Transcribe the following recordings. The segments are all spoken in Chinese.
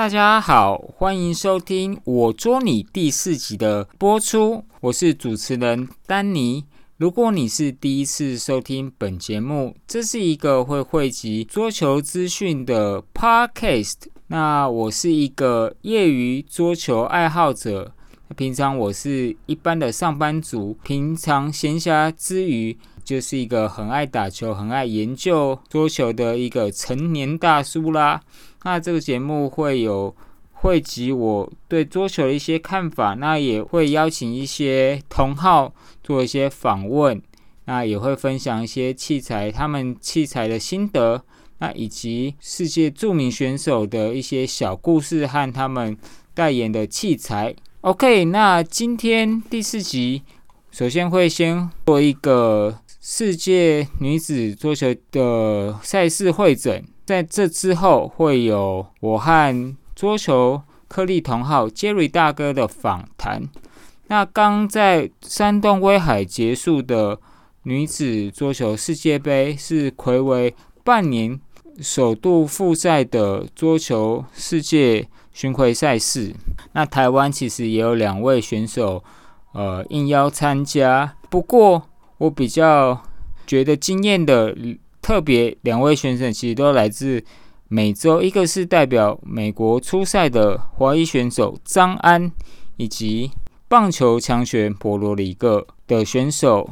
大家好，欢迎收听我捉你第4集的播出，我是主持人丹尼。如果你是第一次收听本节目，这是一个会汇集桌球资讯的 podcast。那我是一个业余桌球爱好者，平常我是一般的上班族，平常闲暇之余就是一个很爱打球、很爱研究桌球的一个成年大叔啦。那这个节目会有汇集我对桌球的一些看法，那也会邀请一些同好做一些访问，那也会分享一些器材，他们器材的心得，那以及世界著名选手的一些小故事和他们代言的器材。OK， 那今天第4集，首先会先做一个世界女子桌球的赛事汇整，在这之后会有我和桌球颗粒同好 Jerry 大哥的访谈。那刚在山东威海结束的女子桌球世界杯是睽违半年首度复赛的桌球世界巡回赛事。那台湾其实也有2位选手应邀参加，不过我比较觉得惊艳的特别2位选手其实都来自美洲，一个是代表美国出赛的华裔选手张安，以及棒球强权波多黎各的选手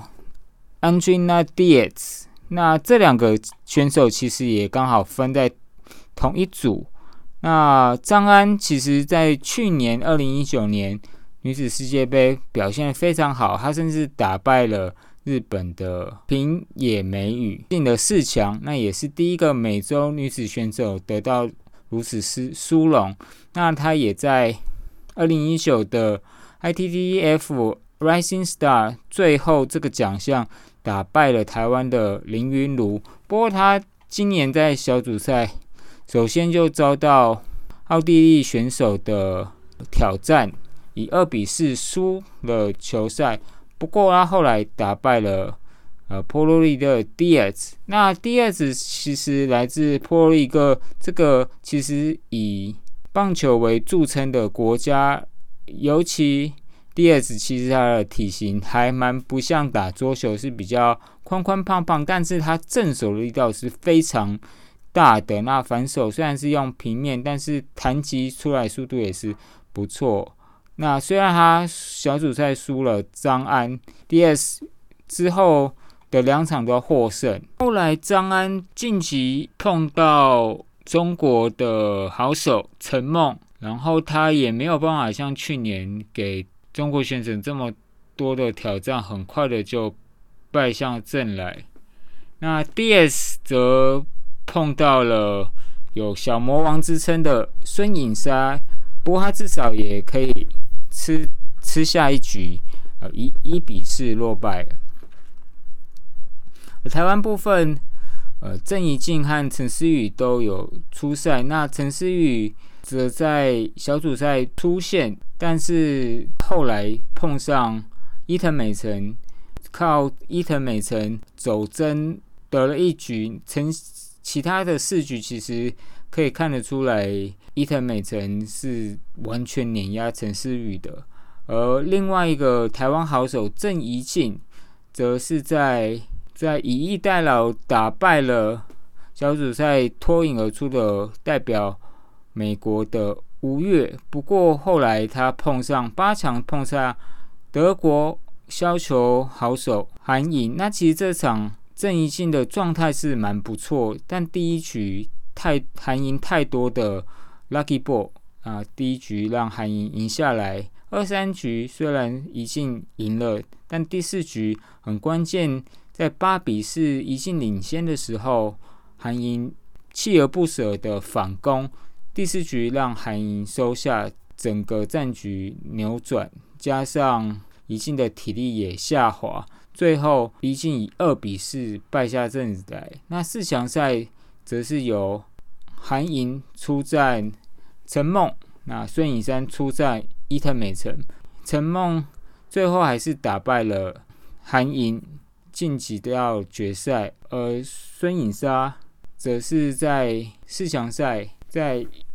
Andreina Diaz。 那这2个选手其实也刚好分在同一组。那张安其实在去年2019年女子世界杯表现非常好，她甚至打败了日本的平野美宇进了4强，那也是第一个美洲女子选手得到如此殊荣。那她也在2019的 ITTF Rising Star 最后这个奖项打败了台湾的林昀儒。不过她今年在小组赛首先就遭到奥地利选手的挑战，以2-4输了球赛。不过他后来打败了波多黎各的 Diaz。 那 Diaz 其实来自波多黎各，这个其实以棒球为著称的国家，尤其 Diaz 其实他的体型还蛮不像打桌球，是比较宽宽胖胖，但是他正手的力道是非常大的。那反手虽然是用平面，但是弹击出来速度也是不错。那虽然他小组赛输了张安 ，Diaz 之后的2场都获胜。后来张安晋级碰到中国的好手陈梦，然后他也没有办法像去年给中国选手这么多的挑战，很快的就败下阵来。那 Diaz 则碰到了有小魔王之称的孙颖莎，不过他至少也可以吃下一局，1-4落败了。台湾部分，郑怡静和陈思雨都有出赛。那陈思雨则在小组赛出现，但是后来碰上伊藤美诚，靠伊藤美诚走针得了1局。其他的4局其实可以看得出来，伊藤美诚是完全碾压陈思雨的。而另外一个台湾好手郑怡静，则是在以逸待劳打败了小组赛脱颖而出的代表美国的吴越。不过后来他碰上8强，碰上德国削球好手韩莹。那其实这场郑怡静的状态是蛮不错，但第1局韩莹太多的 lucky ball， 第1局让韩莹赢下来。2、3局虽然怡静赢了，但第4局很关键，在8-4怡静领先的时候，韩莹锲而不舍的反攻，第4局让韩莹收下，整个战局扭转，加上怡静的体力也下滑，最后怡静以2-4败下阵来。那4强赛则是由韩莹出战陈梦，那孙颖珊出战伊藤美诚。陈梦最后还是打败了韩莹，晋级到决赛。而孙颖莎则是在4强赛在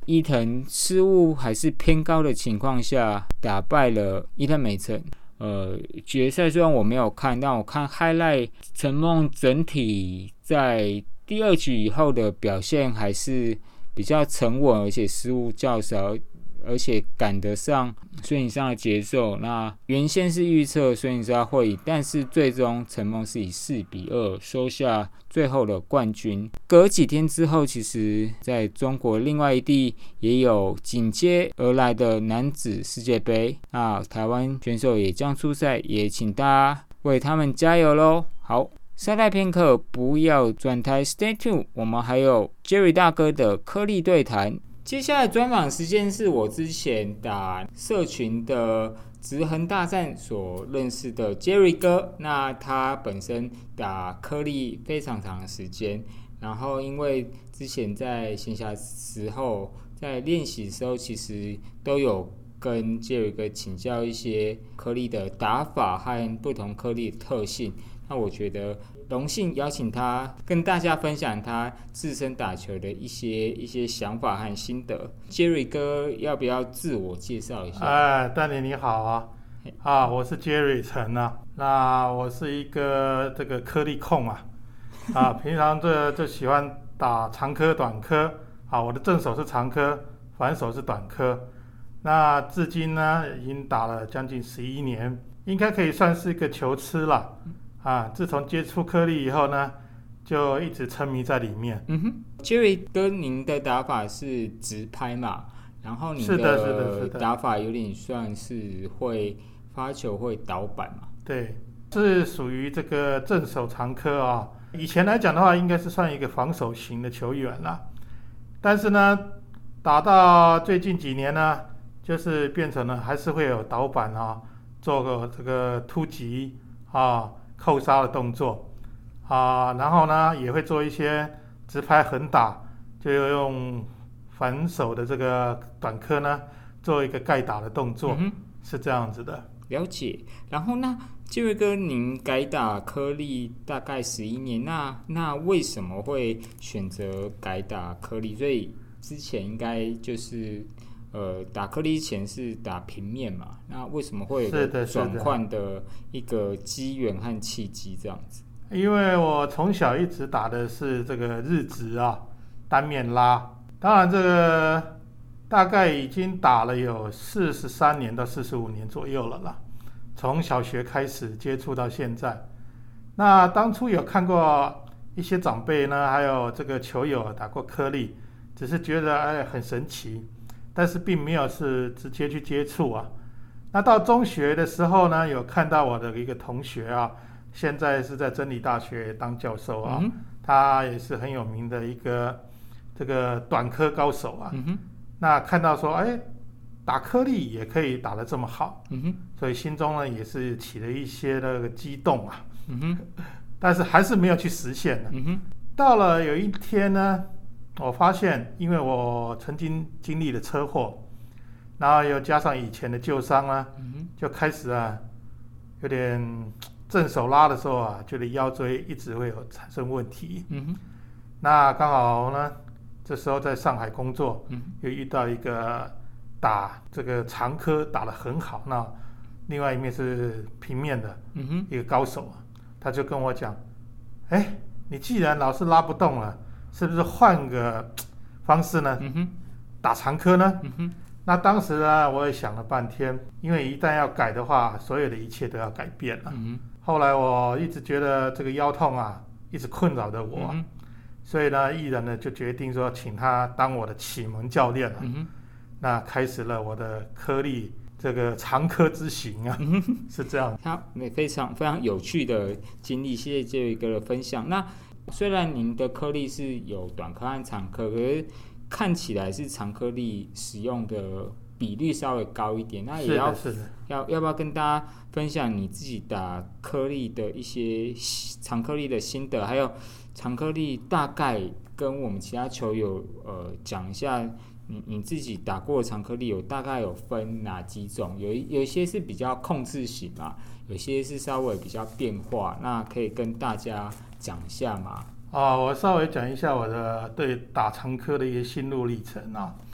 伊藤失误还是偏高的情况下，打败了伊藤美诚。决赛虽然我没有看，但我看 highlight， 陈梦整体在第2局以后的表现还是比较沉稳，而且失误较少，而且赶得上孙颖莎的节奏。那原先是预测孙颖莎会赢，但是最终陈梦是以4-2收下最后的冠军。隔几天之后，其实在中国另外一地也有紧接而来的男子世界杯，那台湾选手也将出赛，也请大家为他们加油咯。好，稍待片刻，不要转台 ，Stay tuned， 我们还有 Jerry 大哥的颗粒对谈。接下来专访时间是我之前打社群的直横大战所认识的 Jerry 哥，那他本身打颗粒非常长的时间，然后因为之前在闲暇时候在练习的时候，其实都有跟 Jerry 哥请教一些颗粒的打法和不同颗粒的特性。那我觉得荣幸邀请他跟大家分享他自身打球的一些想法和心得。Jerry 哥要不要自我介绍一下？ 丹尼你好啊，我是 Jerry 陈啊，那我是一个这个颗粒控平常就喜欢打长颗短颗我的正手是长颗，反手是短颗。那至今呢已经打了将近11年，应该可以算是一个球痴了。自从接触颗粒以后呢，就一直沉迷在里面。 Jerry 哥，您的打法是直拍嘛？然后您的打法有点算是会发球会倒板嘛？ 对，是属于这个正手长颗以前来讲的话，应该是算一个防守型的球员啦。但是呢，打到最近几年呢，就是变成了还是会有倒板做个这个突击扣杀的动作然后呢也会做一些直拍横打，就用反手的这个短颗呢做一个盖打的动作，是这样子的。 了解。然后那Jerry哥，您改打颗粒大概11年，那为什么会选择改打颗粒？所以之前应该就是打颗粒前是打平面嘛，那为什么会有个转换的一个机缘和契机这样子？ 因为我从小一直打的是这个日职单面拉，当然这个大概已经打了有43年到45年左右了啦，从小学开始接触到现在。那当初有看过一些长辈呢，还有这个球友打过颗粒，只是觉得很神奇，但是并没有是直接去接触那到中学的时候呢，有看到我的一个同学现在是在真理大学当教授他也是很有名的一个这个短颗高手那看到说打颗粒也可以打得这么好所以心中呢也是起了一些那个激动但是还是没有去实现的到了有一天呢，我发现因为我曾经经历了车祸，然后又加上以前的旧伤就开始有点正手拉的时候觉得腰椎一直会有产生问题那刚好呢这时候在上海工作又遇到一个打这个长颗打得很好，那另外一面是平面的一个高手他就跟我讲你既然老是拉不动了，是不是换个方式呢打长颗呢那当时呢我也想了半天，因为一旦要改的话，所有的一切都要改变了后来我一直觉得这个腰痛一直困扰着我所以呢毅然呢就决定说请他当我的启蒙教练那开始了我的颗粒这个长颗之行是这样。 他非常非常有趣的经历，谢谢Jerry哥的分享。那虽然您的颗粒是有短颗和长颗，可是看起来是长颗粒使用的比率稍微高一点，那也要不要跟大家分享你自己打颗粒的一些长颗粒的心得，还有长颗粒大概跟我们其他球友讲一下你自己打过的长颗粒大概有分哪几种？有一些是比较控制型嘛，有些是稍微比较变化，那可以跟大家讲一下吗？ 我稍微讲一下我的对打长颗的一些心路历程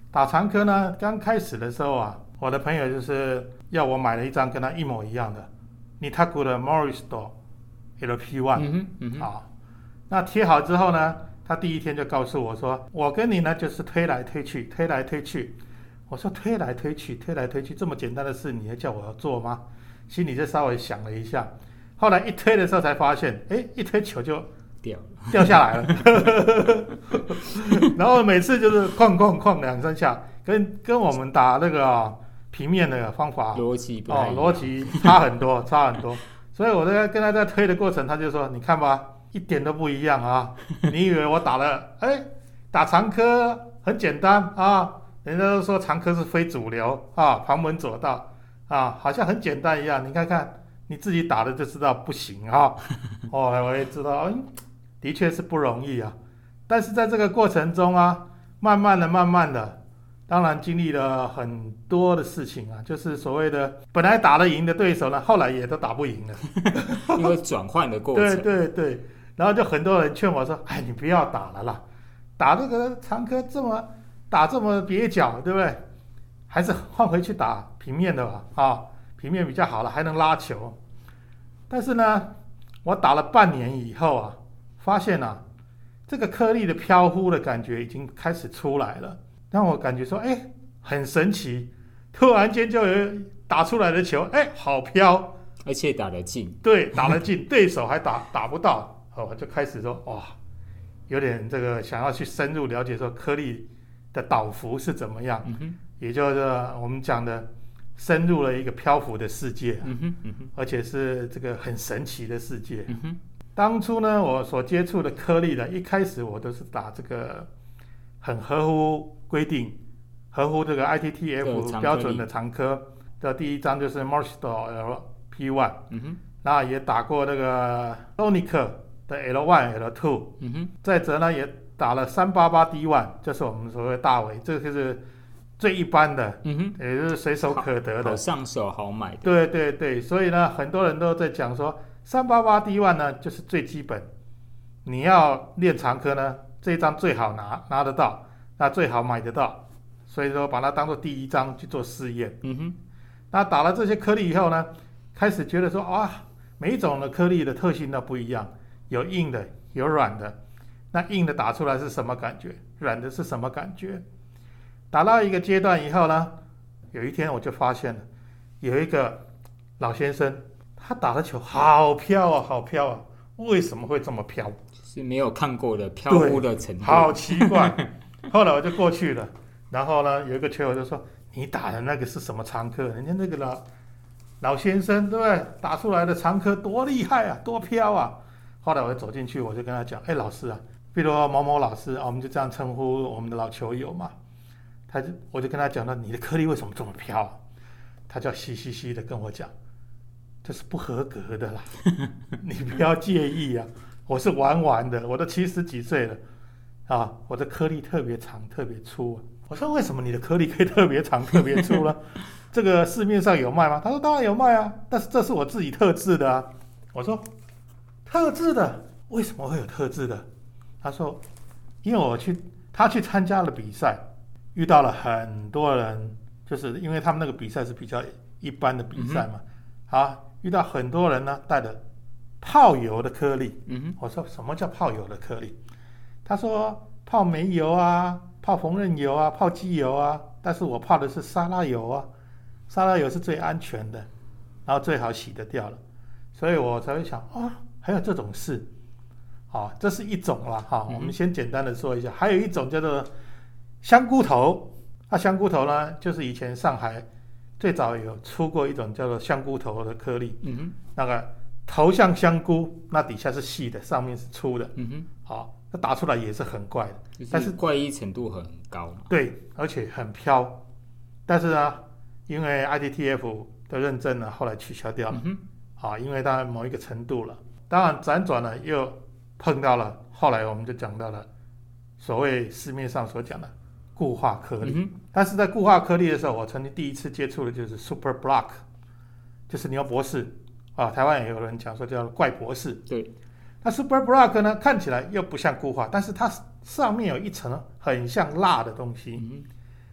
打长科呢，刚开始的时候啊，我的朋友就是要我买了一张跟他一模一样的 Nitaku 的 Moristo LP1，那贴好之后呢，他第一天就告诉我说，我跟你呢就是推来推去，推来推去。我说推来推去，推来推去，这么简单的事，你还叫我要做吗？心里就稍微想了一下。后来一推的时候才发现，一推球就掉下来了。然后每次就是哐哐哐2-3下，跟我们打那个平面的方法逻辑不太一样， 逻辑差很多，差很多。所以我在跟他在推的过程，他就说：“你看吧，一点都不一样啊！你以为我打长科很简单啊？人家都说长科是非主流啊，旁门左道啊，好像很简单一样。你看看你自己打的就知道不行啊。”后来我也知道，的确是不容易啊。但是在这个过程中啊，慢慢的，当然经历了很多的事情啊，就是所谓的本来打得赢的对手呢，后来也都打不赢了， 因为转换的过程。 对，然后就很多人劝我说：“你不要打了啦，打这个长科这么蹩脚，对不对？还是换回去打平面的吧，平面比较好了，还能拉球。”但是呢，我打了半年以后啊，发现啊，这个颗粒的飘忽的感觉已经开始出来了，让我感觉说，很神奇，突然间就有打出来的球，好飘， 而且打得近， 对，打得近，对手还打不到，我就开始说，哇，有点这个想要去深入了解说颗粒的倒伏是怎么样，也就是我们讲的深入了一个漂浮的世界，而且是这个很神奇的世界。当初呢，我所接触的颗粒呢，一开始我都是打这个很合乎规定、合乎这个 ITTF 标准的长科的第一张就是 Moristo LP1，然后也打过那个 Lonic 的 L1、L2，再者呢也打了388 D1，就是我们所谓大尾，这个就是最一般的，也就是随手可得的， 好上手好买的。 对，所以呢，很多人都在讲说388 D1呢就是最基本，你要练长科呢，这一张最好拿得到，那最好买得到，所以说把它当做第一张去做试验。那打了这些颗粒以后呢，开始觉得说每一种的颗粒的特性都不一样，有硬的，有软的。那硬的打出来是什么感觉？软的是什么感觉？打到一个阶段以后呢，有一天我就发现了，有一个老先生，他打的球好飘啊，为什么会这么飘？ 是没有看过的飘忽的程度， 好奇怪。后来我就过去了，然后呢，有一个球友就说：“你打的那个是什么长科？人家那个老先生，对不对？打出来的长科多厉害啊，多飘啊！”后来我就走进去，我就跟他讲：“老师啊，比如某某老师啊，我们就这样称呼我们的老球友嘛。”我就跟他讲到你的颗粒为什么这么飘？他就嘻嘻嘻的跟我讲，这是不合格的啦，你不要介意啊，我是玩的，我都70几岁了啊，我的颗粒特别长特别粗啊。我说为什么你的颗粒可以特别长特别粗呢？这个市面上有卖吗？他说当然有卖啊，但是这是我自己特制的啊。我说特制的为什么会有特制的？他说因为他去参加了比赛，遇到了很多人，就是因为他们那个比赛是比较一般的比赛嘛，遇到很多人呢带着泡油的颗粒。我说什么叫泡油的颗粒？他说泡煤油啊，泡缝纫油啊，泡机油啊，但是我泡的是沙拉油啊，沙拉油是最安全的，然后最好洗得掉了，所以我才会想还有这种事，这是一种啦我们先简单的说一下，还有一种叫做香菇头。香菇头呢，就是以前上海最早有出过一种叫做香菇头的颗粒，那个头像香菇，那底下是细的，上面是粗的，那打出来也是很怪的， 但是怪异程度很高嘛。 对，而且很飘。但是呢，因为 ITTF 的认证呢，后来取消掉了，因为到某一个程度了。当然辗转呢，又碰到了，后来我们就讲到了所谓市面上所讲的固化颗粒。但是在固化颗粒的时候，我曾经第一次接触的就是 Super Block， 就是牛博士台湾也有人讲说叫怪博士。 对， 那 Super Block 呢，看起来又不像固化，但是它上面有一层很像蜡的东西。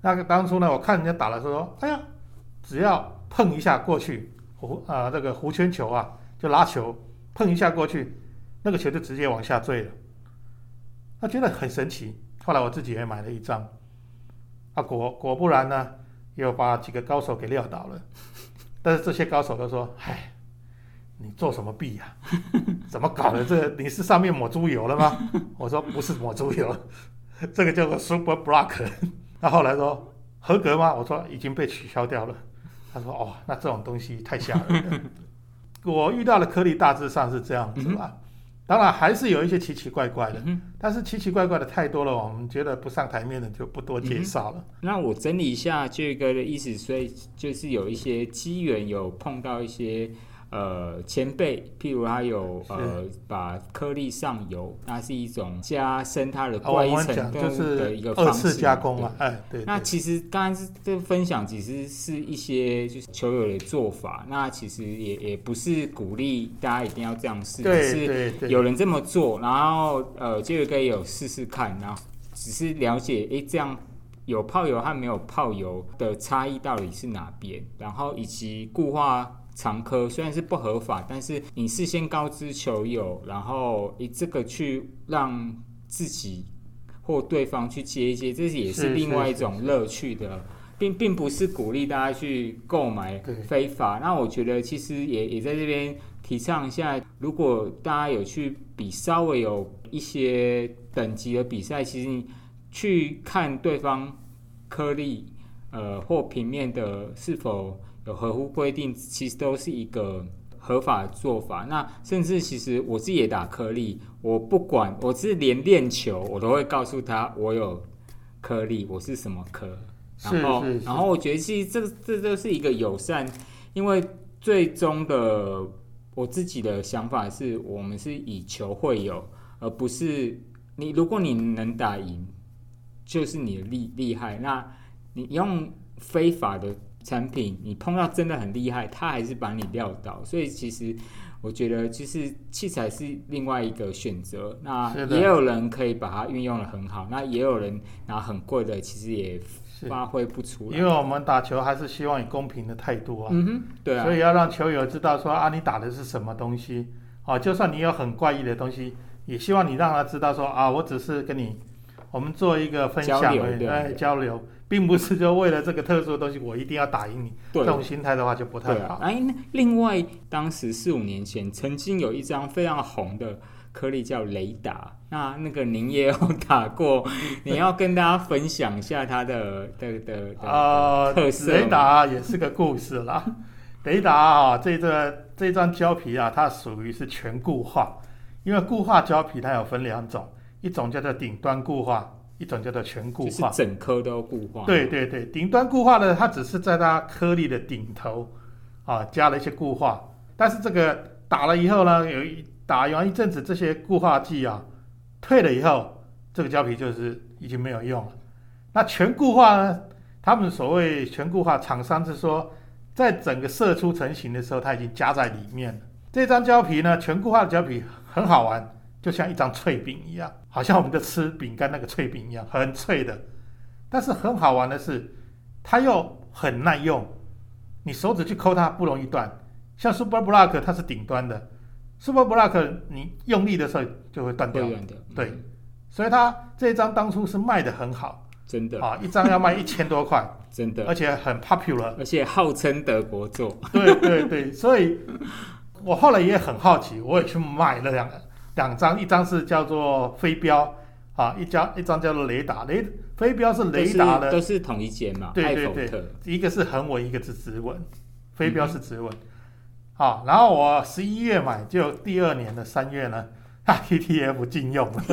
那个当初呢，我看人家打的时候说，哎呀，只要碰一下过去，这个弧圈球啊，就拉球碰一下过去，那个球就直接往下坠了。他觉得很神奇。后来我自己也买了一张，果不然呢，又把几个高手给撂倒了。但是这些高手都说：“哎，你做什么币呀？怎么搞的？这你是上面抹猪油了吗？”我说：“不是抹猪油，这个叫做 Super Block。”那后来说合格吗？我说已经被取消掉了。他说：“哦，那这种东西太吓人了。”我遇到的颗粒大致上是这样子吧。当然还是有一些奇奇怪怪的，但是奇奇怪怪的太多了，我们觉得不上台面的就不多介绍了。 那我整理一下这个的意思，所以就是有一些机缘有碰到一些前辈，譬如他有把颗粒上油，那是一种加深它的外衣层的一个方式， 二次加工嘛。对。 那其实刚才这分享其实是一些就是球友的做法，那其实也不是鼓励大家一定要这样试， 对， 是有人这么做，然后这个也有试试看，然后只是了解这样有泡油和没有泡油的差异到底是哪边，然后以及固化长科虽然是不合法，但是你事先告知球友，然后以这个去让自己或对方去接一接，这也是另外一种乐趣的，并不是鼓励大家去购买非法。那我觉得其实也在这边提倡一下，如果大家有去比稍微有一些等级的比赛，其实你去看对方颗粒或平面的是否有合乎规定，其实都是一个合法的做法。那甚至其实我自己也打颗粒，我不管，我是连练球我都会告诉他我有颗粒，我是什么颗。然后我觉得其实这就是一个友善，因为最终的我自己的想法是我们是以球会友，而不是如果你能打赢，就是你的厉害。那你用非法的产品，你碰到真的很厉害，他还是把你撂倒。所以其实我觉得，就是器材是另外一个选择。那也有人可以把它运用得很好，那也有人拿很贵的，其实也发挥不出来。 因为我们打球还是希望以公平的态度啊， 对啊， 所以要让球友知道说啊，你打的是什么东西啊，就算你有很怪异的东西，也希望你让他知道说啊，我只是跟你我们做一个分享而已，交流。并不是就为了这个特殊的东西，我一定要打赢你。这种心态的话就不太好。 另外，当时4-5年前，曾经有一张非常红的颗粒叫雷达，那个您也有打过，你要跟大家分享一下它的特色。 雷达也是个故事啦。雷达啊，这张胶皮啊，它属于是全固化，因为固化胶皮它有分两种，一种叫做顶端固化。一种叫做全固化， 就是整颗都固化。 对，顶端固化的它只是在它颗粒的顶头加了一些固化，但是这个打了以后呢，打完一阵子，这些固化剂退了以后，这个胶皮就是已经没有用了。那全固化呢，他们所谓全固化，厂商是说，在整个射出成型的时候，它已经加在里面了。这张胶皮呢，全固化的胶皮很好玩。就像一张脆饼一样，好像我们在吃饼干那个脆饼一样，很脆的。但是很好玩的是，它又很耐用，你手指去抠它不容易断。像 Super Block 它是顶端的 ，Super Block 你用力的时候就会断掉。对，所以它这一张当初是卖的很好， 真的一张要卖1000多块， 真的， 而且很 popular， 而且号称德国做。 对，所以我后来也很好奇，我也去买了两张，一张是叫做飞镖一张叫做雷达。飞镖是雷达的， 都是同一间嘛。 对，一个是横纹，一个是直纹，飞镖是直纹。然后我11月买，就第2年的3月呢，TTF 禁用了。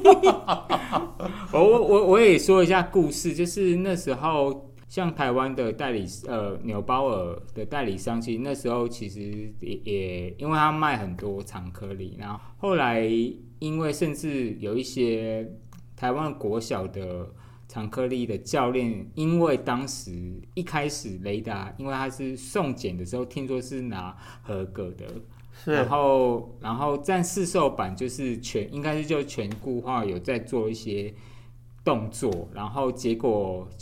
我也说一下故事，就是那时候。像台湾的代理纽包尔的代理商，其实那时候其实也因为他卖很多长颗粒，然后后来因为甚至有一些台湾国小的长颗粒的教练，因为当时一开始雷达，因为他是送检的时候，听说是拿合格的，然后在市售版就是应该是就全固化有在做一些动作，然后结果就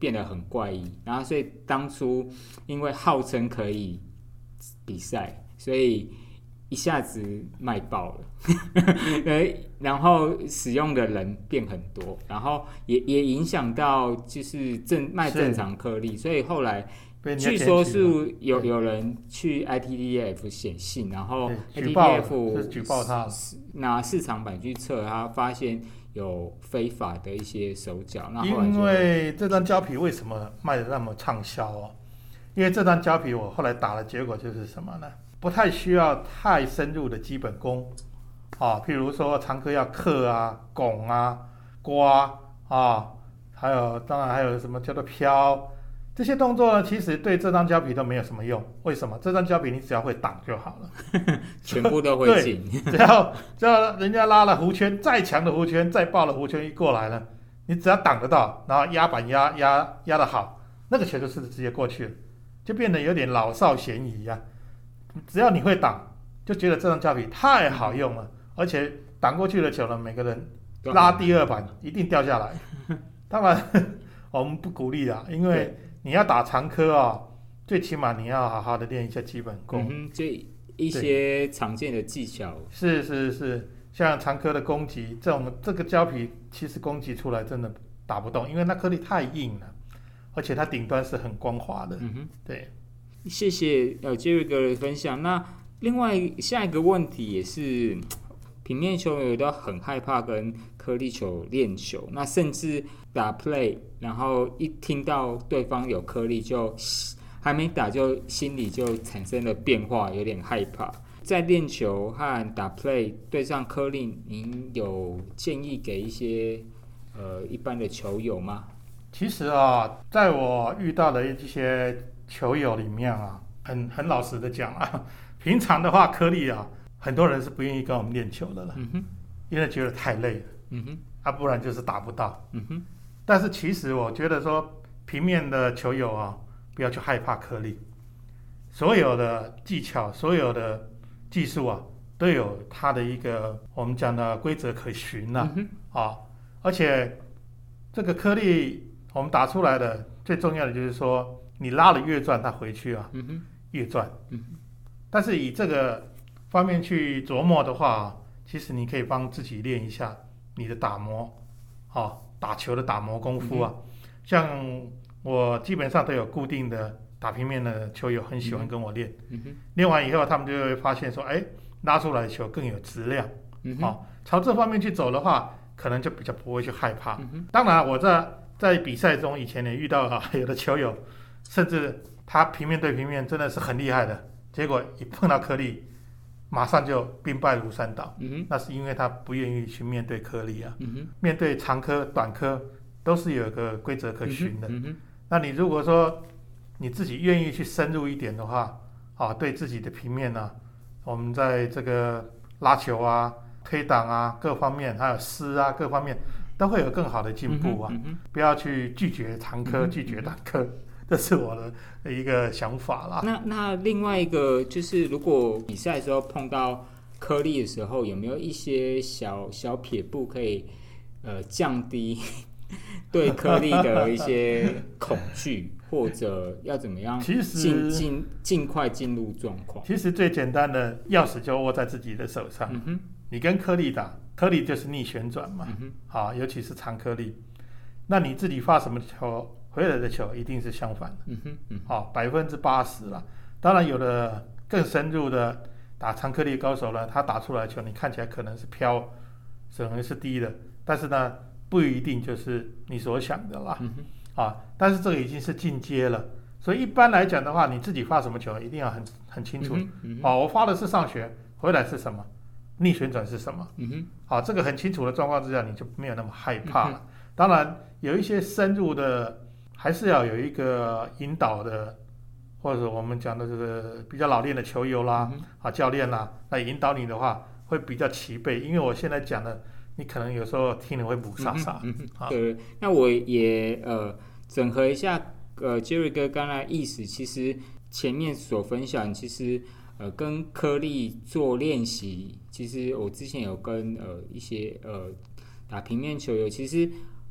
变得很怪异，然后所以当初因为号称可以比赛，所以一下子卖爆了然后使用的人变很多，然后也影响到就是卖正常颗粒，所以后来据说是有人去 ITDF 写信，然后 ITDF 举报他拿市场版去测，他发现有非法的一些手脚。 因为这张胶皮为什么卖的那么畅销哦？因为这张胶皮我后来打的结果就是什么呢？不太需要太深入的基本功啊，譬如说常科要刻啊、拱啊、刮啊，当然还有什么叫做飘，这些动作呢，其实对这张胶皮都没有什么用。为什么？这张胶皮你只要会挡就好了， 全部都会进。 只要人家拉了弧圈，再强的弧圈，再爆的弧圈一过来了，你只要挡得到，然后压板压得好，那个球就是直接过去了，就变得有点老少咸宜啊。只要你会挡，就觉得这张胶皮太好用了，而且挡过去的球呢，每个人拉第二板一定掉下来。当然我们不鼓励啦，因为你要打长科啊，最起码你要好好的练一下基本功， 这一些常见的技巧。 是，像长科的攻击，这个胶皮其实攻击出来真的打不动，因为那颗粒太硬了，而且它顶端是很光滑的。对。 谢谢Jerry 哥的分享。那另外下一个问题也是，平面球友都很害怕跟颗粒球练球，那甚至打 play， 然后一听到对方有颗粒，就还没打就心里就产生了变化，有点害怕。在练球和打 play 对上颗粒，您有建议给一些一般的球友吗？ 其实啊，在我遇到的一些球友里面啊，很老实的讲啊，平常的话颗粒啊，很多人是不愿意跟我们练球的了，因为觉得太累了，不然就是打不到，但是其实我觉得说，平面的球友啊，不要去害怕颗粒，所有的技巧，所有的技术啊，都有它的一个我们讲的规则可循而且这个颗粒我们打出来的最重要的就是说，你拉了越转，它回去啊，越转。但是以这个方面去琢磨的话，其实你可以帮自己练一下你的打磨，打球的打磨功夫啊。像我基本上都有固定的打平面的球友，很喜欢跟我练。练完以后，他们就会发现说，拉出来的球更有质量。朝这方面去走的话，可能就比较不会去害怕。当然，我在比赛中以前也遇到有的球友。甚至他平面对平面真的是很厉害的，结果一碰到颗粒，马上就兵败如山倒。那是因为他不愿意去面对颗粒啊。面对长颗、短颗都是有一个规则可循的。那你如果说你自己愿意去深入一点的话，对自己的平面呢，我们在这个拉球啊、推挡啊各方面，还有丝啊各方面，都会有更好的进步啊。不要去拒绝长颗、拒绝短颗。这是我的一个想法啦。 那另外一个就是，如果比赛的时候碰到颗粒的时候，有没有一些小撇步可以降低对颗粒的一些恐惧，或者要怎么样尽快进入状况？ 其实最简单的，钥匙就握在自己的手上。你跟颗粒打，颗粒就是逆旋转嘛。尤其是长颗粒，那你自己发什么球？回来的球一定是相反的，80%啦。当然有的更深入的打长颗粒高手呢，他打出来的球你看起来可能是飘，可能是低的，但是呢不一定就是你所想的啦。但是这个已经是进阶了，所以一般来讲的话，你自己发什么球一定要很清楚。我发的是上旋，回来是什么，逆旋转是什么。这个很清楚的状况之下，你就没有那么害怕了。当然有一些深入的。还是要有一个引导的，或者我们讲的这个比较老练的球友啦，教练啦，来引导你的话，会比较齐备。因为我现在讲的，你可能有时候听了会母沙沙。 对，那我也整合一下Jerry 哥刚才意思，其实前面所分享，其实跟颗粒做练习，其实我之前有跟一些打平面球友，其实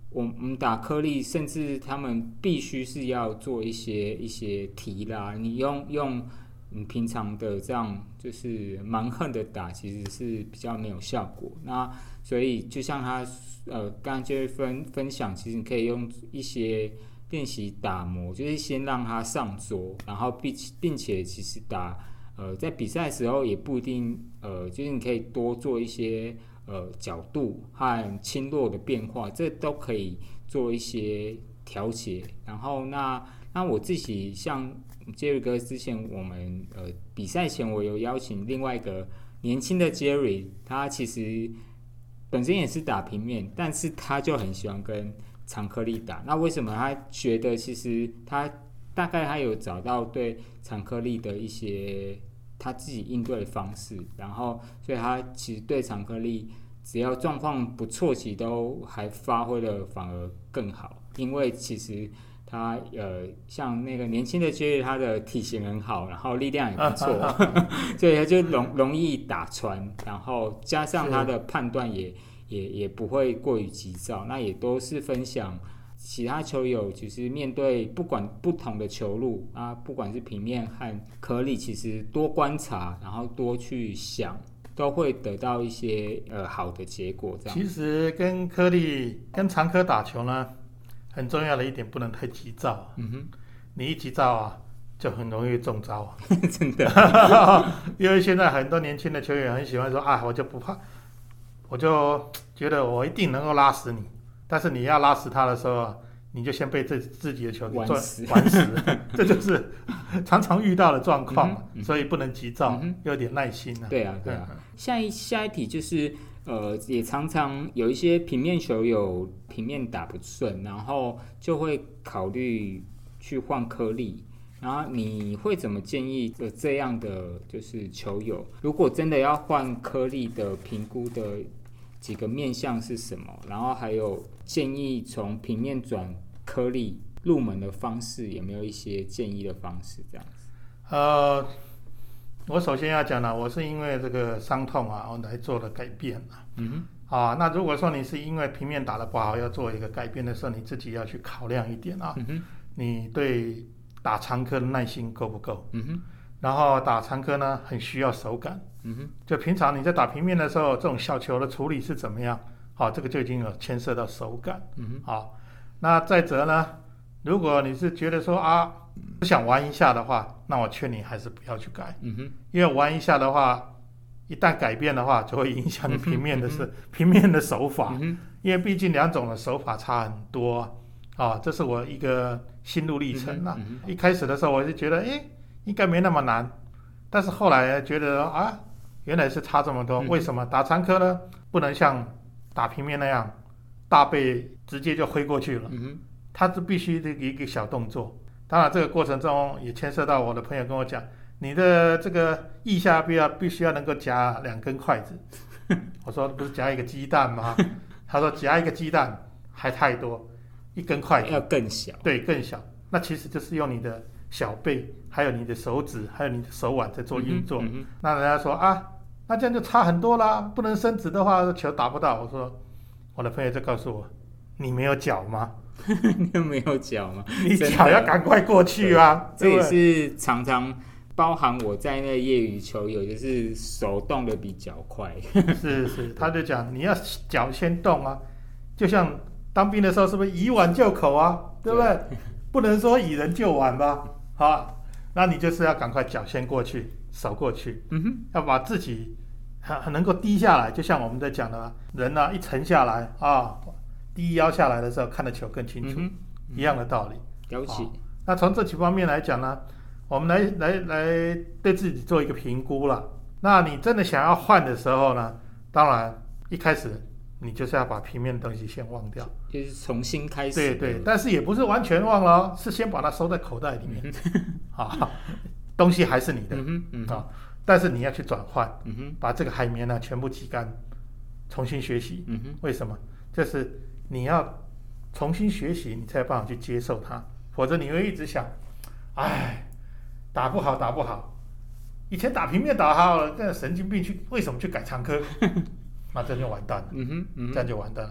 我们打颗粒，甚至他们必须是要做一些提拉，你用你平常的这样就是蛮横的打，其实是比较没有效果。那所以就像他刚刚就会分享，其实你可以用一些练习打磨，就是先让它上桌，然后并且其实在比赛的时候也不一定就是你可以多做一些角度和轻弱的变化，这都可以做一些调节。然后那我自己像Jerry 哥之前我们比赛前我有邀请另外一个年轻的 Jerry， 他其实本身也是打平面，但是他就很喜欢跟长颗粒打。那为什么他觉得其实他大概他有找到对长颗粒的一些他自己应对的方式，然后所以他其实对长颗粒只要状况不错，其实都还发挥的反而更好。因为其实他像那个年轻的Jerry，他的体型很好，然后力量也不错，所以他就容易打穿，然后加上他的判断也不会过于急躁。那也都是分享其他球友，其实面对不管不同的球路啊，不管是平面和颗粒，其实多观察，然后多去想，都会得到一些好的结果。这样。其实跟颗粒跟长颗打球呢，很重要的一点不能太急躁。你一急躁啊，就很容易中招啊。 真的。 因为现在很多年轻的球员很喜欢说啊，我就不怕，我就觉得我一定能够拉死你。但是你要拉死他的时候，你就先被自己的球给玩死，这就是常常遇到的状况。所以不能急躁，有点耐心啊。 对啊。下一题就是也常常有一些平面球友平面打不顺，然后就会考虑去换颗粒。然后你会怎么建议这样的就是球友，如果真的要换颗粒的评估的几个面向是什么？然后还有建议从平面转颗粒入门的方式，有没有一些建议的方式？这样子。 我首先要讲了，我是因为这个伤痛啊，我来做了改变啊。那如果说你是因为平面打得不好，要做一个改变的时候，你自己要去考量一点啊。你对打长颗的耐心够不够？然后打长颗呢，很需要手感。就平常你在打平面的时候，这种小球的处理是怎么样？好，这个就已经有牵涉到手感。好，那再者呢，如果你是觉得说啊，不想玩一下的话，那我劝你还是不要去改。因为玩一下的话，一旦改变的话，就会影响你平面的平面的手法。因为毕竟两种的手法差很多啊。这是我一个心路历程啦。一开始的时候我就觉得，应该没那么难，但是后来觉得啊，原来是差这么多。为什么打长颗呢？不能像打平面那样大背直接就挥过去了。它是必须的一个小动作。当然这个过程中也牵涉到我的朋友跟我讲，你的这个腋下必须要能够夹2根筷子。我说不是夹一个鸡蛋吗？他说夹一个鸡蛋还太多，1根筷子要更小。 对，更小。那其实就是用你的小背，还有你的手指，还有你的手腕在做运作。那人家说啊，那这样就差很多啦，不能伸直的话球打不到。我说，我的朋友就告诉我，你没有脚吗？ 你没有脚吗？ 你脚要赶快过去啊！ 这也是常常包含我在那业余球友，就是手动的比脚快。 是，他就讲你要脚先动啊，就像当兵的时候，是不是以碗就口啊？对不对？不能说以人就碗吧？好，那你就是要赶快脚先过去，手过去。要把自己很能够低下来，就像我们在讲的人呢，一沉下来啊。低腰下来的时候，看的球更清楚，一样的道理。 了解。 那从这几方面来讲呢，我们来对自己做一个评估了。那你真的想要换的时候呢，当然一开始你就是要把平面的东西先忘掉， 就是重新开始。 对，但是也不是完全忘了哦，是先把它收在口袋里面。东西还是你的但是你要去转换，把这个海绵呢全部挤干，重新学习。为什么？就是你要重新学习，你才有办法去接受它，否则你会一直想，打不好。以前打平面打好了，这神经病为什么去改长颗？那这就完蛋了。这样就完蛋了。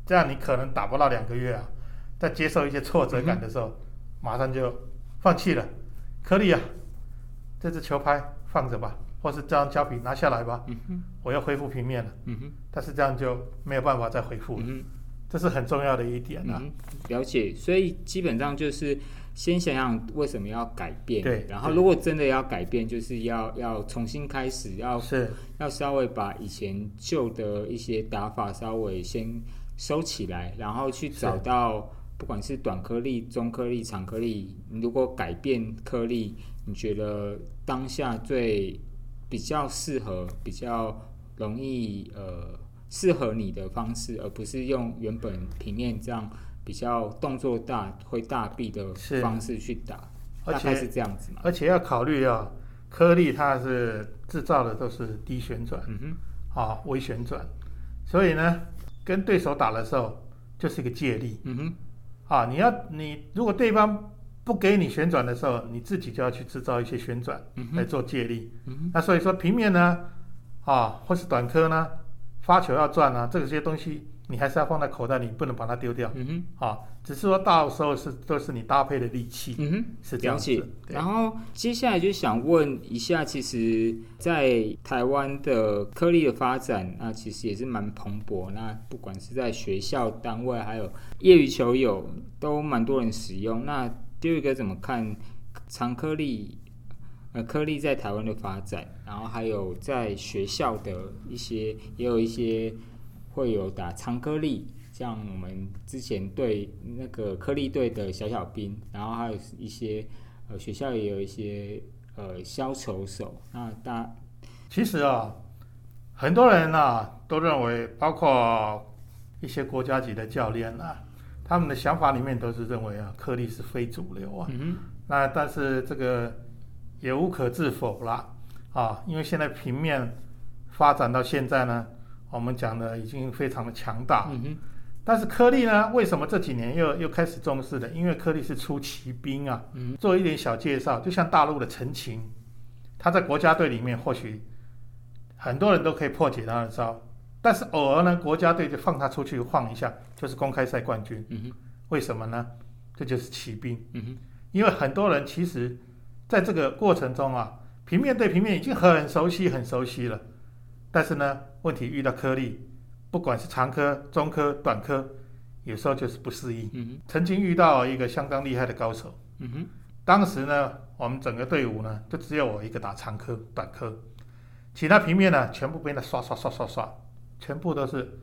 这样你可能打不到2个月啊，在接受一些挫折感的时候，马上就放弃了。颗粒啊，这支球拍放着吧，或是这张胶皮拿下来吧，我要恢复平面了。但是这样就没有办法再恢复了。这是很重要的一点啊。 了解，所以基本上就是先想想为什么要改变， 对， 然后如果真的要改变，就是要重新开始，要稍微把以前旧的一些打法稍微先收起来，然后去找到不管是短颗粒、中颗粒、长颗粒，如果改变颗粒，你觉得当下比较适合、比较容易适合你的方式，而不是用原本平面这样比较动作大会大臂的方式去打，大概是这样子嘛。 而且要考虑啊，颗粒它是制造的都是低旋转，微旋转，所以呢，跟对手打的时候就是一个借力。你如果对方不给你旋转的时候，你自己就要去制造一些旋转来做借力。那所以说平面呢，或是短颗呢，发球要转啊，这些东西你还是要放在口袋里，不能把它丢掉。只是说到时候都是你搭配的利器。是这样子。 然后接下来就想问一下，其实，在台湾的颗粒的发展，那其实也是蛮蓬勃。那不管是在学校单位，还有业余球友，都蛮多人使用。那第二个怎么看长颗粒？颗粒在台湾的发展，然后还有在学校的也有一些会有打长颗粒，像我们之前对那个颗粒队的小兵，然后还有一些学校也有一些削球手。那其实很多人都认为，包括一些国家级的教练他们的想法里面都是认为颗粒是非主流那但是这个也无可置否啦因为现在平面发展到现在呢，我们讲的已经非常的强大。但是颗粒呢，为什么这几年又开始重视了？因为颗粒是出奇兵做一点小介绍，就像大陆的陈晴，他在国家队里面或许很多人都可以破解他的招，但是偶尔呢，国家队就放他出去晃一下，就是公开赛冠军。为什么呢？这就是骑兵。因为很多人其实在这个过程中平面对平面已经很熟悉了，但是呢，问题遇到颗粒，不管是长颗、中颗、短颗，有时候就是不适应。曾经遇到一个相当厉害的高手。当时呢，我们整个队伍呢，就只有我一个打长颗、短颗，其他平面呢，全部被他刷，全部都是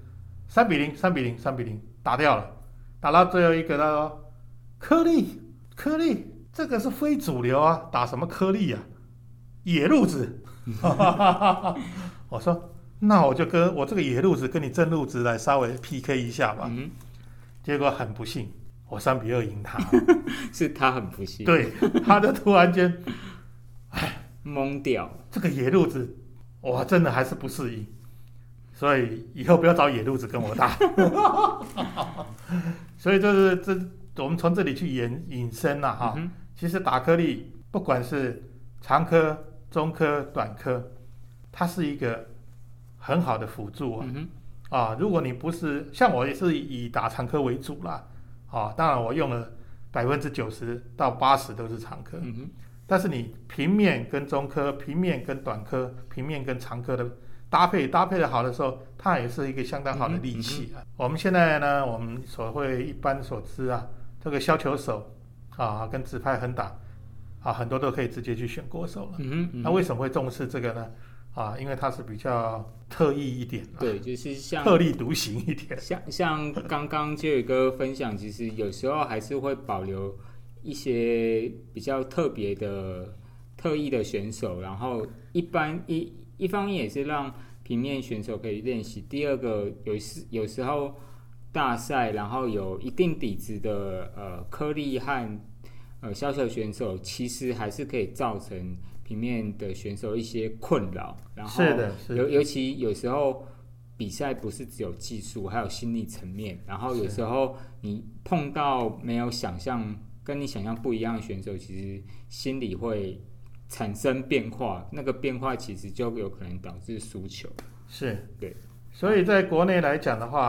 3-0打掉了。打到最后一个，他说：“颗粒，这个是非主流打什么颗粒野路子。”我说：“那我就跟我这个野路子跟你正路子来稍微 PK 一下吧。结果很不幸，我3-2赢他。 是他很不幸。 对，他就突然间， 懵掉。这个野路子，我真的还是不适应，所以以后不要找野路子跟我打。所以我们从这里去引申其实打颗粒，不管是长颗、中颗、短颗，它是一个很好的辅助如果你不是像我也是以打长颗为主啦当然我用了90%到80%都是长颗但是你平面跟中颗、平面跟短颗、平面跟长颗的搭配的好的时候，它也是一个相当好的利器我们现在呢，我们一般所知这个削球手跟直拍横打很多都可以直接去选国手了。那为什么会重视这个呢？因为它是比较特异一点对，就是像特立独行一点。 像刚刚就有一个分享，其实有时候还是会保留一些比较特别的特异的选手，然后一方面也是让平面选手可以练习，第二个有时候大赛然后有一定底子的颗粒和削球选手，其实还是可以造成平面的选手一些困扰。然后是的尤其有时候比赛不是只有技术，还有心理层面，然后有时候你碰到没有跟你想象不一样的选手，其实心里会产生变化，那个变化其实就有可能导致输球。 是， 对。 所以在国内来讲的话，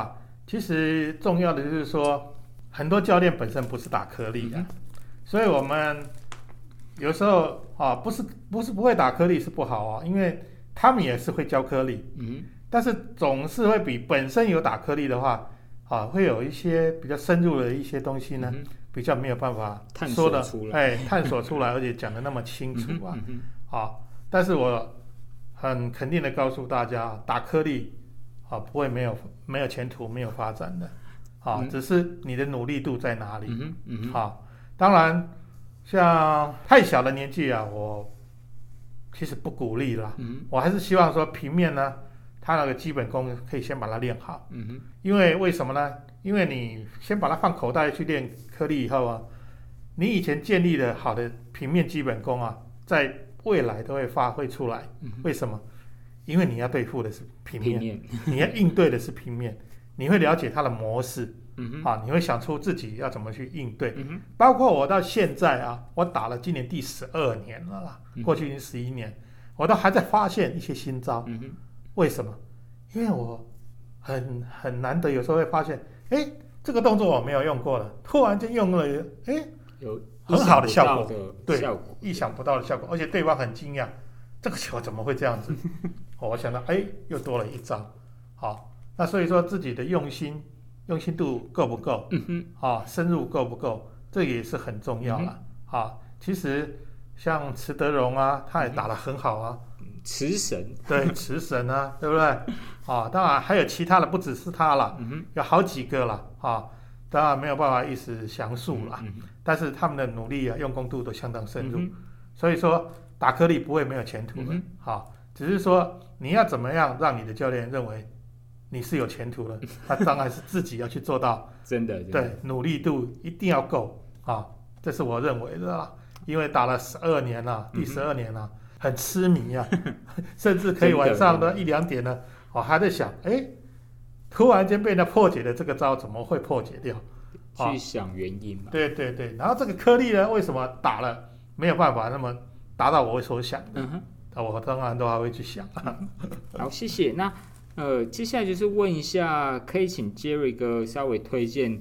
其实重要的就是说，很多教练本身不是打颗粒的，所以我们有时候啊，不是不会打颗粒是不好啊，因为他们也是会教颗粒，但是总是会比本身有打颗粒的话，啊，会有一些比较深入的一些东西呢，比较没有办法说的，探索出来，而且讲的那么清楚啊，啊，但是我很肯定的告诉大家，打颗粒啊不会没有前途、没有发展的，啊，只是你的努力度在哪里，好，当然像太小的年纪啊，我其实不鼓励啦，我还是希望说平面呢，它那个基本功可以先把它练好，因为什么呢？因为你先把它放口袋去练颗粒以后啊，你以前建立的好的平面基本功啊，在未来都会发挥出来。为什么？因为你要对付的是平面，你要应对的是平面，你会了解它的模式，啊，你会想出自己要怎么去应对。包括我到现在啊，我打了今年第12年了啦，过去已经11年，我都还在发现一些新招。为什么？因为我很难得，有时候会发现，这个动作我没有用过了，突然间用了， 有很好的效果， 对， 意想不到的效果，而且对方很惊讶，这个球怎么会这样子？我想到，又多了一招。好，那所以说自己的用心度够不够？深入够不够？这也是很重要了。其实像池德荣啊，他也打得很好啊。 池神， 对，池神啊，对不对？当然还有其他的，不只是他了，有好几个了当然没有办法一时详述了，但是他们的努力啊，用功度都相当深入，所以说打颗粒不会没有前途的。只是说你要怎么样让你的教练认为你是有前途的，那当然是自己要去做到， 真的， 对，努力度一定要够这是我认为的啦，因为打了12年了，第12年了。很痴迷啊，甚至可以晚上的1、2点呢，我还在想，突然间被他破解的这个招怎么会破解掉？ 去想原因嘛。 对，然后这个颗粒呢，为什么打了没有办法那么达到我所想的？我当然都还会去想。 好，谢谢。那接下来就是问一下，可以请 Jerry 哥稍微推荐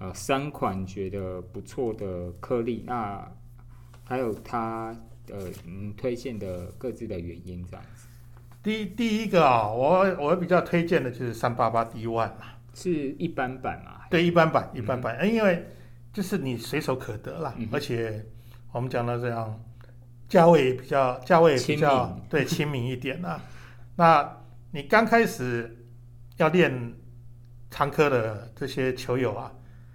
3款觉得不错的颗粒，那还有他。推荐的各自的原因这样子。 第一个我比较推荐的就是388 D1 嘛， 是一般版嘛？ 对，一般版，因为就是你随手可得啦，而且我们讲到这样，价位也比较对亲民一点啦。那你刚开始要练长科的这些球友啊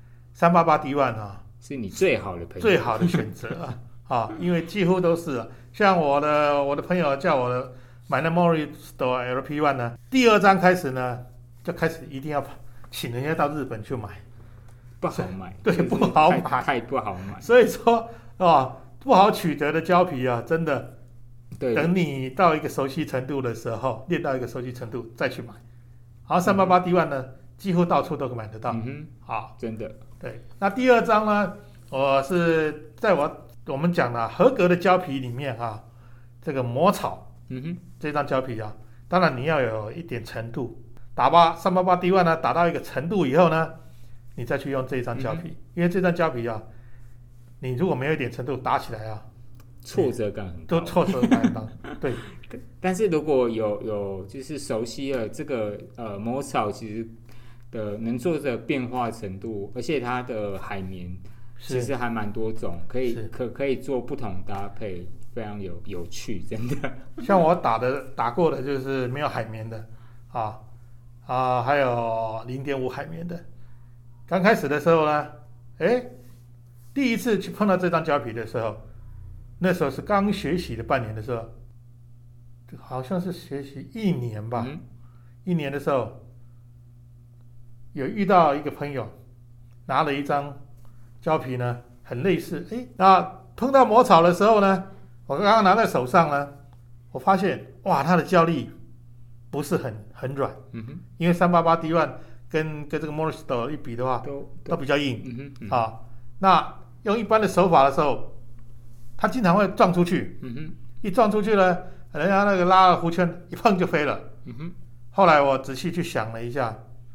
，388 D1 是你最好的朋友， 最好的选择啊。因为几乎都是像我的朋友叫我买那 Morris Store LP1 呢，第2张开始呢，就开始一定要请人家到日本去买， 不好买， 对，不好买， 太不好买。 所以说不好取得的胶皮啊，真的， 对， 等你到一个熟悉程度的时候，练到一个熟悉程度再去买。然后388 D1 呢，几乎到处都买得到， 真的。 对，那第2张呢，我是在我们讲的合格的胶皮里面这个魔草，这张胶皮当然你要有一点程度，388 D1 呢打到一个程度以后呢，你再去用这张胶皮，因为这张胶皮你如果没有一点程度打起来挫折感很高， 都挫折感很大。对， 但是如果有就是熟悉了这个魔草，其实的能做的变化程度，而且它的海绵。其实还蛮多种，可以做不同搭配，非常有趣，真的。 像我打过的就是没有海绵的，还有0.5海绵的。刚开始的时候呢，第一次去碰到这张胶皮的时候，那时候是刚学习的半年的时候，好像是学习1年吧。1年的时候，有遇到一个朋友拿了一张。胶皮呢很类似，那碰到魔草的时候呢，我刚刚拿在手上呢，我发现哇，它的胶力不是很软，因为388 D1 跟这个 Morris Store 一比的话，都比较硬，那用一般的手法的时候，它经常会撞出去，一撞出去呢，人家那个拉了弧圈一碰就飞了，后来我仔细去想了一下，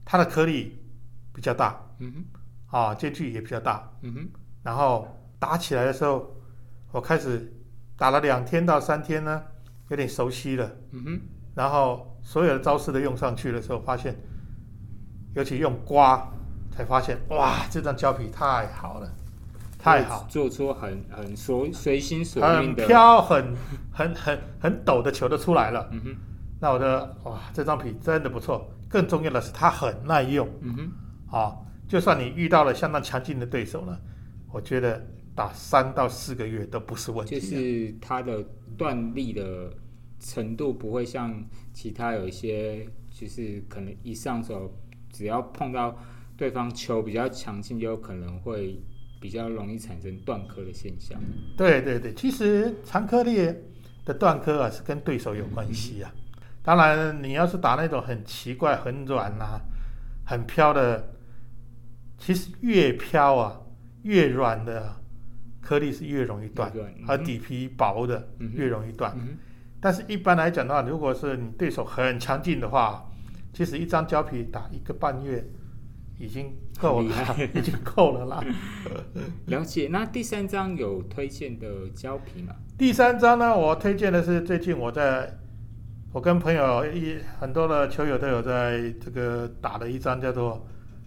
它的颗粒比较大， 嗯间距也比较大， 哼， 然后打起来的时候，我开始打了2天到3天呢，有点熟悉了， 嗯哼， 然后所有的招式都用上去的时候，发现，尤其用刮，才发现哇，这张胶皮太好了，太好， 做出很随心所欲的， 很飘、很陡的球都出来了。 嗯哼， 那我的哇，这张皮真的不错，更重要的是它很耐用。 嗯哼， 就算你遇到了相当强劲的对手呢，我觉得打3到4个月都不是问题。 就是它的断力的程度不会像其他有一些，就是可能一上手只要碰到对方球比较强劲，就有可能会比较容易产生断颗的现象。 对对对，其实长颗粒的断颗是跟对手有关系啊。当然，你要是打那种很奇怪、很软很飘的，其实越飘越软的颗粒是越容易断，而底皮薄的越容易断。但是一般来讲的话，如果是你对手很强劲的话，其实一张胶皮打1个半月已经够了，已经够了啦。 了解。那第3张有推荐的胶皮吗？ 第3张呢，我推荐的是最近我跟朋友很多的球友都有在这个打的一张叫做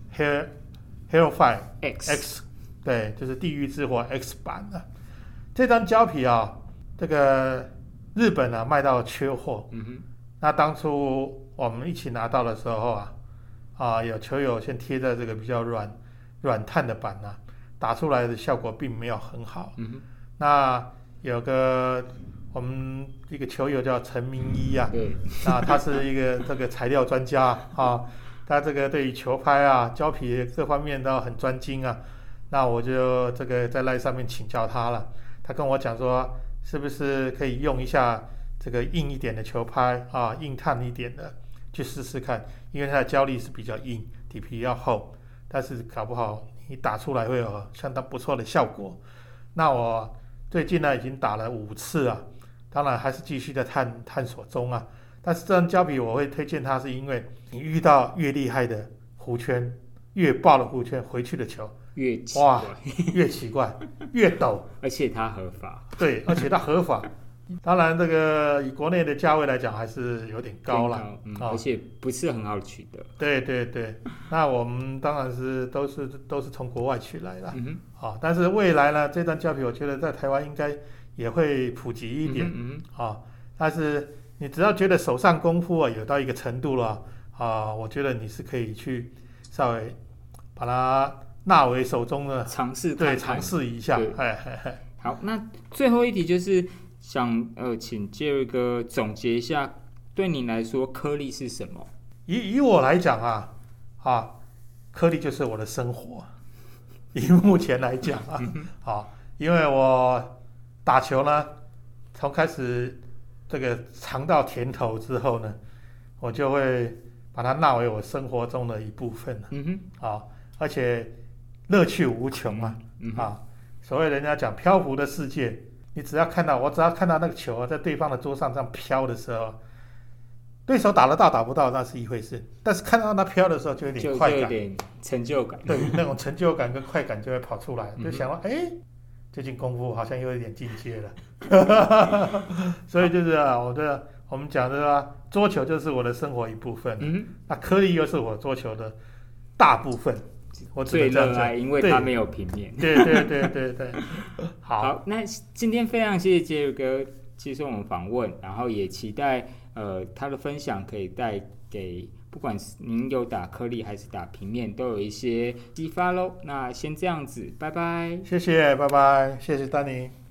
Hellfire X， 对，就是地狱之火 X 版的这张胶皮这个日本卖到缺货。那当初我们一起拿到的时候有球友先贴在这个比较软碳的板打出来的效果并没有很好。那有个我们一个球友叫陈明一那他是一个这个材料专家他这个对于球拍胶皮各方面都很专精那我就这个在LINE上面请教他了，他跟我讲说，是不是可以用一下这个硬一点的球拍硬碳一点的去试试看，因为它的胶粒是比较硬，底皮要厚，但是搞不好你打出来会有相当不错的效果。那我最近已经打了5次当然还是继续在探索中但是这张胶皮我会推荐它，是因为你遇到越厉害的弧圈、越爆的弧圈，回去的球越奇怪， 越奇怪，越陡， 而且它合法。 对，而且它合法。当然，这个以国内的价位来讲，还是有点高了， 而且不是很好取得。 对对对，那我们当然是都是从国外取来的，但是未来呢，这张胶皮我觉得在台湾应该也会普及一点，但是你只要觉得手上功夫有到一个程度了我觉得你是可以去稍微把它纳为手中的尝试， 对，尝试一下。 好，那最后一题就是想请Jerry哥总结一下，对你来说颗粒是什么？ 以我来讲颗粒就是我的生活。以目前来讲因为我打球呢，从开始这个尝到甜头之后呢，我就会把它纳为我生活中的一部分而且乐趣无穷所谓人家讲漂浮的世界，我只要看到那个球在对方的桌上这样飘的时候，对手打得到打不到那是一回事，但是看到它飘的时候就有点快感， 就有点成就感。 对，那种成就感跟快感就会跑出来，就想到最近功夫好像又有点进阶了。所以就是我们讲的桌球就是我的生活一部分，那颗粒又是我桌球的大部分。我最热爱，因为它没有平面。 对。 好，那今天非常谢谢Jerry哥接受我们访问，然后也期待他的分享可以带给不管是您有打颗粒还是打平面，都有一些激发咯。那先这样子，拜拜。 谢谢，拜拜，谢谢丹尼。